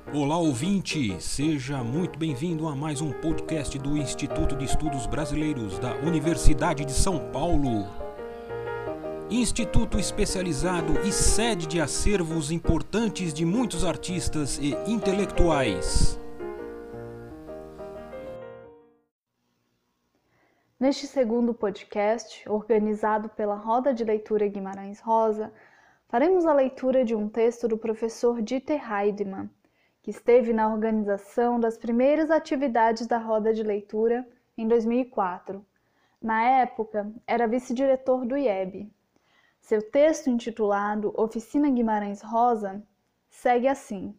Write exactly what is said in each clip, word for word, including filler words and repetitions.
Olá, ouvinte! Seja muito bem-vindo a mais um podcast do Instituto de Estudos Brasileiros da Universidade de São Paulo. Instituto especializado e sede de acervos importantes de muitos artistas e intelectuais. Neste segundo podcast, organizado pela Roda de Leitura Guimarães Rosa, faremos a leitura de um texto do professor Dieter Heidemann, que esteve na organização das primeiras atividades da Roda de Leitura em dois mil e quatro. Na época, era vice-diretor do I E B. Seu texto, intitulado Oficina Guimarães Rosa, segue assim.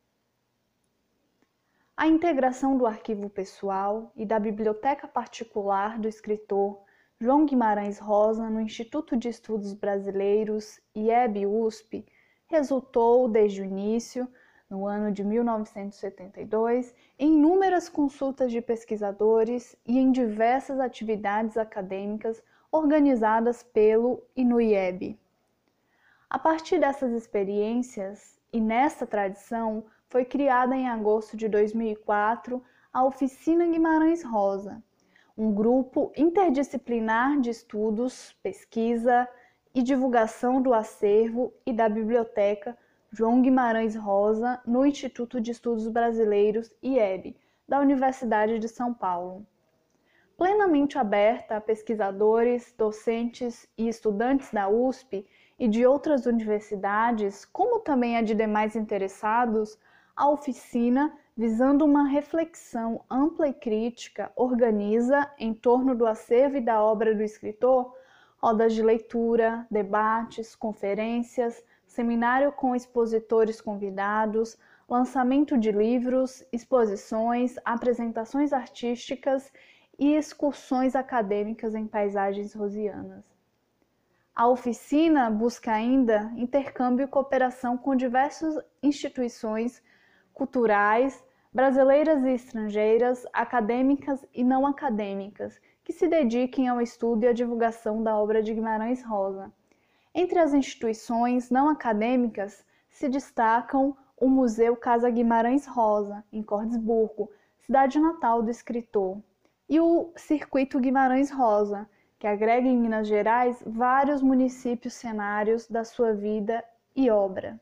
A integração do arquivo pessoal e da biblioteca particular do escritor João Guimarães Rosa no Instituto de Estudos Brasileiros, I E B-U S P, resultou, desde o início, no ano de mil novecentos e setenta e dois, em inúmeras consultas de pesquisadores e em diversas atividades acadêmicas organizadas pelo e no I E B. A partir dessas experiências e nessa tradição, foi criada em agosto de dois mil e quatro a Oficina Guimarães Rosa, um grupo interdisciplinar de estudos, pesquisa e divulgação do acervo e da biblioteca João Guimarães Rosa no Instituto de Estudos Brasileiros, I E B, da Universidade de São Paulo. Plenamente aberta a pesquisadores, docentes e estudantes da U S P e de outras universidades, como também a de demais interessados, a oficina, visando uma reflexão ampla e crítica, organiza, em torno do acervo e da obra do escritor, rodas de leitura, debates, conferências, seminário com expositores convidados, lançamento de livros, exposições, apresentações artísticas e excursões acadêmicas em paisagens rosianas. A oficina busca ainda intercâmbio e cooperação com diversas instituições culturais, brasileiras e estrangeiras, acadêmicas e não acadêmicas, que se dediquem ao estudo e à divulgação da obra de Guimarães Rosa. Entre as instituições não acadêmicas se destacam o Museu Casa Guimarães Rosa, em Cordesburgo, cidade natal do escritor, e o Circuito Guimarães Rosa, que agrega em Minas Gerais vários municípios cenários da sua vida e obra.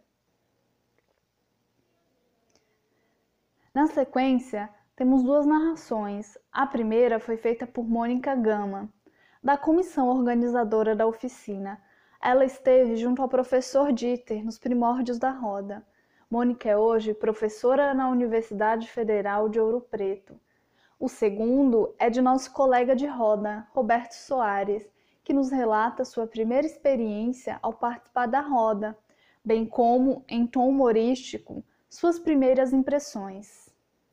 Na sequência, temos duas narrações. A primeira foi feita por Mônica Gama, da comissão organizadora da oficina. Ela esteve junto ao professor Dieter nos primórdios da roda. Mônica é hoje professora na Universidade Federal de Ouro Preto. O segundo é de nosso colega de roda, Roberto Soares, que nos relata sua primeira experiência ao participar da roda, bem como, em tom humorístico, suas primeiras impressões.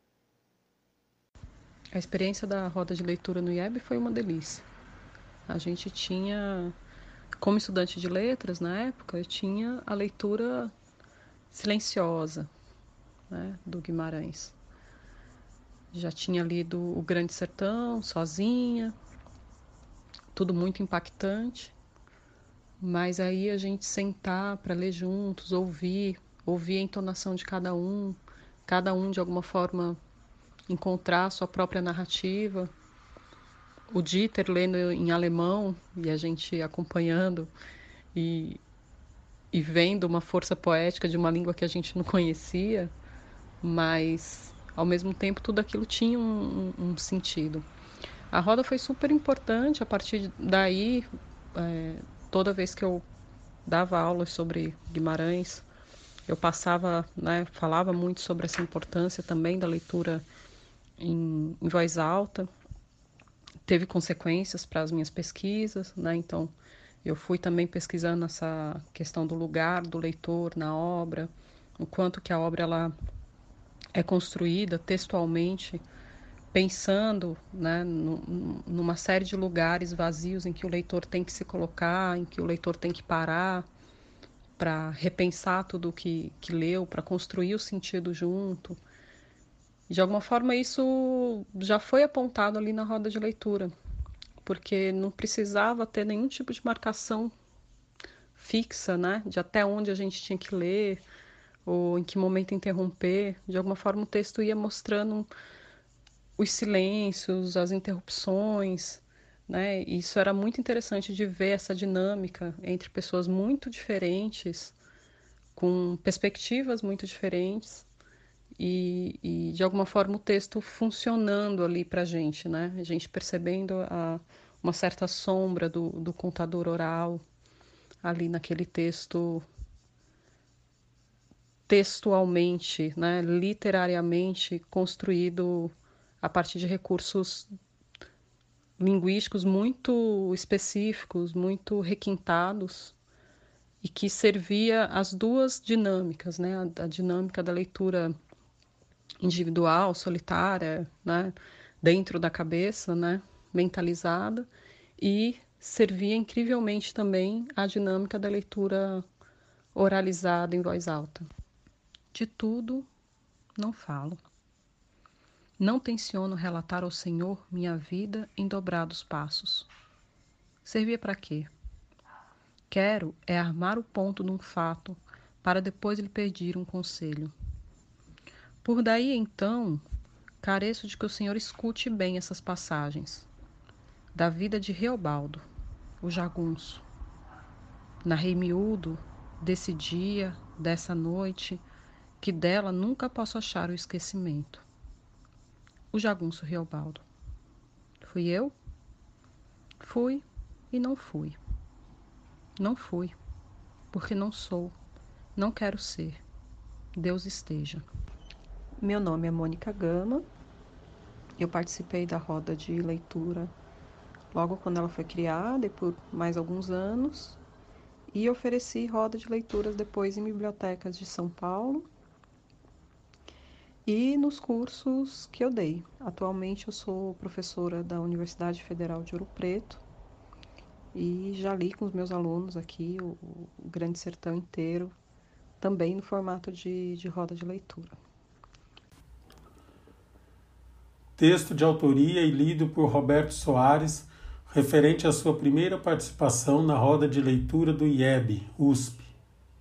A experiência da roda de leitura no I E B foi uma delícia. A gente tinha, como estudante de letras na época, eu tinha a leitura silenciosa, né, do Guimarães. Já tinha lido O Grande Sertão, sozinha, tudo muito impactante, mas aí a gente sentar para ler juntos, ouvir, ouvir a entonação de cada um, cada um de alguma forma encontrar a sua própria narrativa, o Dieter lendo em alemão e a gente acompanhando e, e vendo uma força poética de uma língua que a gente não conhecia, mas ao mesmo tempo tudo aquilo tinha um, um, um sentido. A roda foi super importante. A partir daí, é, toda vez que eu dava aulas sobre Guimarães, eu passava, né, falava muito sobre essa importância também da leitura em, em voz alta. Teve consequências para as minhas pesquisas, né? Então eu fui também pesquisando essa questão do lugar do leitor na obra, o quanto que a obra ela é construída textualmente, pensando, né, numa série de lugares vazios em que o leitor tem que se colocar, em que o leitor tem que parar para repensar tudo o que, que leu, para construir o sentido junto. De alguma forma isso já foi apontado ali na roda de leitura, porque não precisava ter nenhum tipo de marcação fixa, né, de até onde a gente tinha que ler, ou em que momento interromper. De alguma forma o texto ia mostrando os silêncios, as interrupções, né? E isso era muito interessante de ver essa dinâmica entre pessoas muito diferentes, com perspectivas muito diferentes, e, e de alguma forma o texto funcionando ali para a gente, né? A gente percebendo a, uma certa sombra do, do contador oral ali naquele texto, textualmente, né? Literariamente construído a partir de recursos linguísticos muito específicos, muito requintados, e que servia as duas dinâmicas, né? A, a dinâmica da leitura individual, solitária, né? Dentro da cabeça, né? Mentalizada, e servia incrivelmente também a dinâmica da leitura oralizada em voz alta. De tudo não falo. Não tenciono relatar ao Senhor minha vida em dobrados passos. Servia para quê? Quero é armar o ponto de um fato, para depois lhe pedir um conselho. Por daí, então, careço de que o Senhor escute bem essas passagens. Da vida de Reobaldo, o jagunço. Narrei miúdo desse dia, dessa noite, que dela nunca posso achar o esquecimento. O jagunço Reobaldo. Fui eu? Fui e não fui. Não fui, porque não sou, não quero ser. Deus esteja. Meu nome é Mônica Gama. Eu participei da roda de leitura logo quando ela foi criada e por mais alguns anos. E ofereci roda de leituras depois em bibliotecas de São Paulo e nos cursos que eu dei. Atualmente eu sou professora da Universidade Federal de Ouro Preto e já li com os meus alunos aqui o, o Grande Sertão inteiro, também no formato de, de roda de leitura. Texto de autoria e lido por Roberto Soares, referente à sua primeira participação na roda de leitura do I E B, U S P.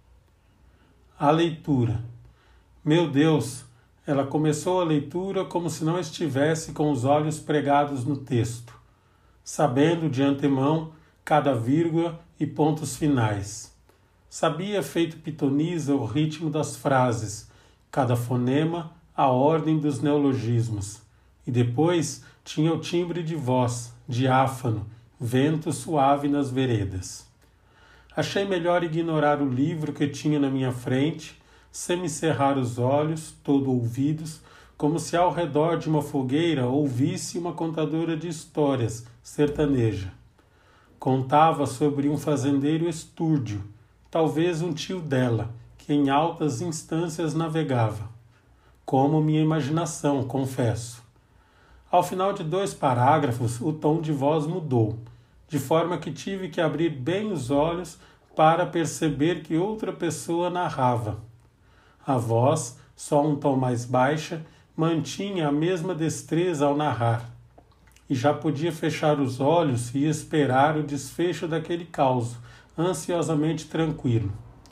A leitura. Meu Deus, ela começou a leitura como se não estivesse com os olhos pregados no texto, sabendo de antemão cada vírgula e pontos finais. Sabia, feito pitonisa, o ritmo das frases, cada fonema, a ordem dos neologismos. E depois tinha o timbre de voz, diáfano, vento suave nas veredas. Achei melhor ignorar o livro que tinha na minha frente, semicerrar os olhos, todo ouvidos, como se ao redor de uma fogueira ouvisse uma contadora de histórias, sertaneja. Contava sobre um fazendeiro estúrdio, talvez um tio dela, que em altas instâncias navegava. Como minha imaginação, confesso. Ao final de dois parágrafos, o tom de voz mudou, de forma que tive que abrir bem os olhos para perceber que outra pessoa narrava. A voz, só um tom mais baixa, mantinha a mesma destreza ao narrar, e já podia fechar os olhos e esperar o desfecho daquele caos, ansiosamente tranquilo.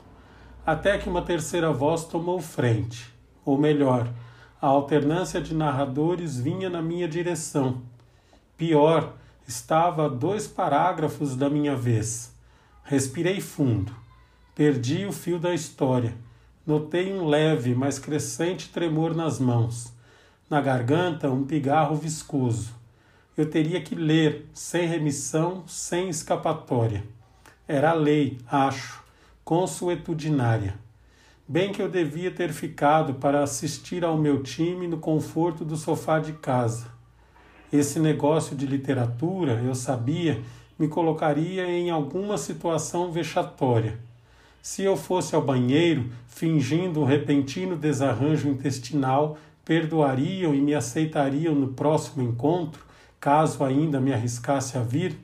Até que uma terceira voz tomou frente, ou melhor, a alternância de narradores vinha na minha direção. Pior, estava a dois parágrafos da minha vez. Respirei fundo. Perdi o fio da história. Notei um leve, mas crescente tremor nas mãos. Na garganta, um pigarro viscoso. Eu teria que ler, sem remissão, sem escapatória. Era a lei, acho, consuetudinária. Bem que eu devia ter ficado para assistir ao meu time no conforto do sofá de casa. Esse negócio de literatura, eu sabia, me colocaria em alguma situação vexatória. Se eu fosse ao banheiro, fingindo um repentino desarranjo intestinal, perdoariam e me aceitariam no próximo encontro, caso ainda me arriscasse a vir?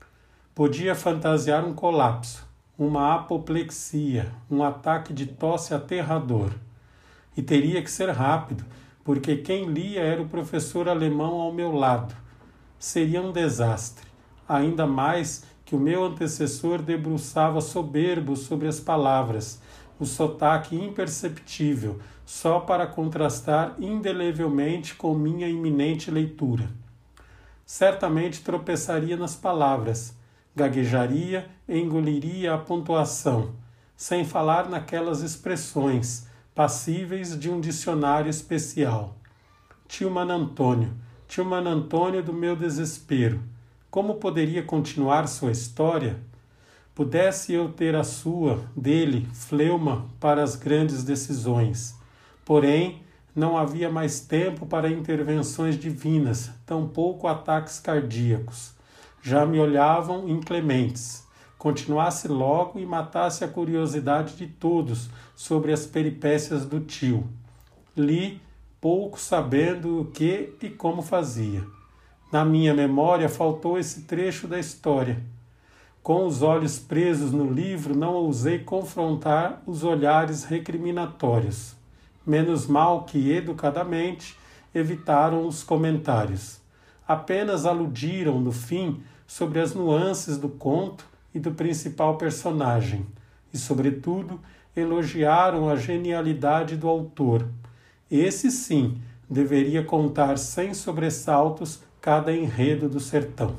Podia fantasiar um colapso, uma apoplexia, um ataque de tosse aterrador. E teria que ser rápido, porque quem lia era o professor alemão ao meu lado. Seria um desastre, ainda mais que o meu antecessor debruçava soberbo sobre as palavras, o sotaque imperceptível, só para contrastar indelevelmente com minha iminente leitura. Certamente tropeçaria nas palavras, gaguejaria e engoliria a pontuação, sem falar naquelas expressões passíveis de um dicionário especial. Tio Manantônio, tio Manantônio do meu desespero, como poderia continuar sua história? Pudesse eu ter a sua, dele, fleuma para as grandes decisões. Porém, não havia mais tempo para intervenções divinas, tampouco ataques cardíacos. Já me olhavam inclementes. Continuasse logo e matasse a curiosidade de todos sobre as peripécias do tio. Li, pouco sabendo o que e como fazia. Na minha memória faltou esse trecho da história. Com os olhos presos no livro, não ousei confrontar os olhares recriminatórios. Menos mal que, educadamente, evitaram os comentários. Apenas aludiram, no fim, sobre as nuances do conto e do principal personagem, e, sobretudo, elogiaram a genialidade do autor. Esse, sim, deveria contar sem sobressaltos cada enredo do sertão.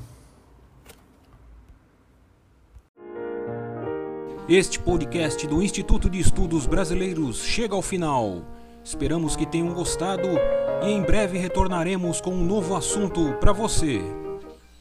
Este podcast do Instituto de Estudos Brasileiros chega ao final. Esperamos que tenham gostado e em breve retornaremos com um novo assunto para você.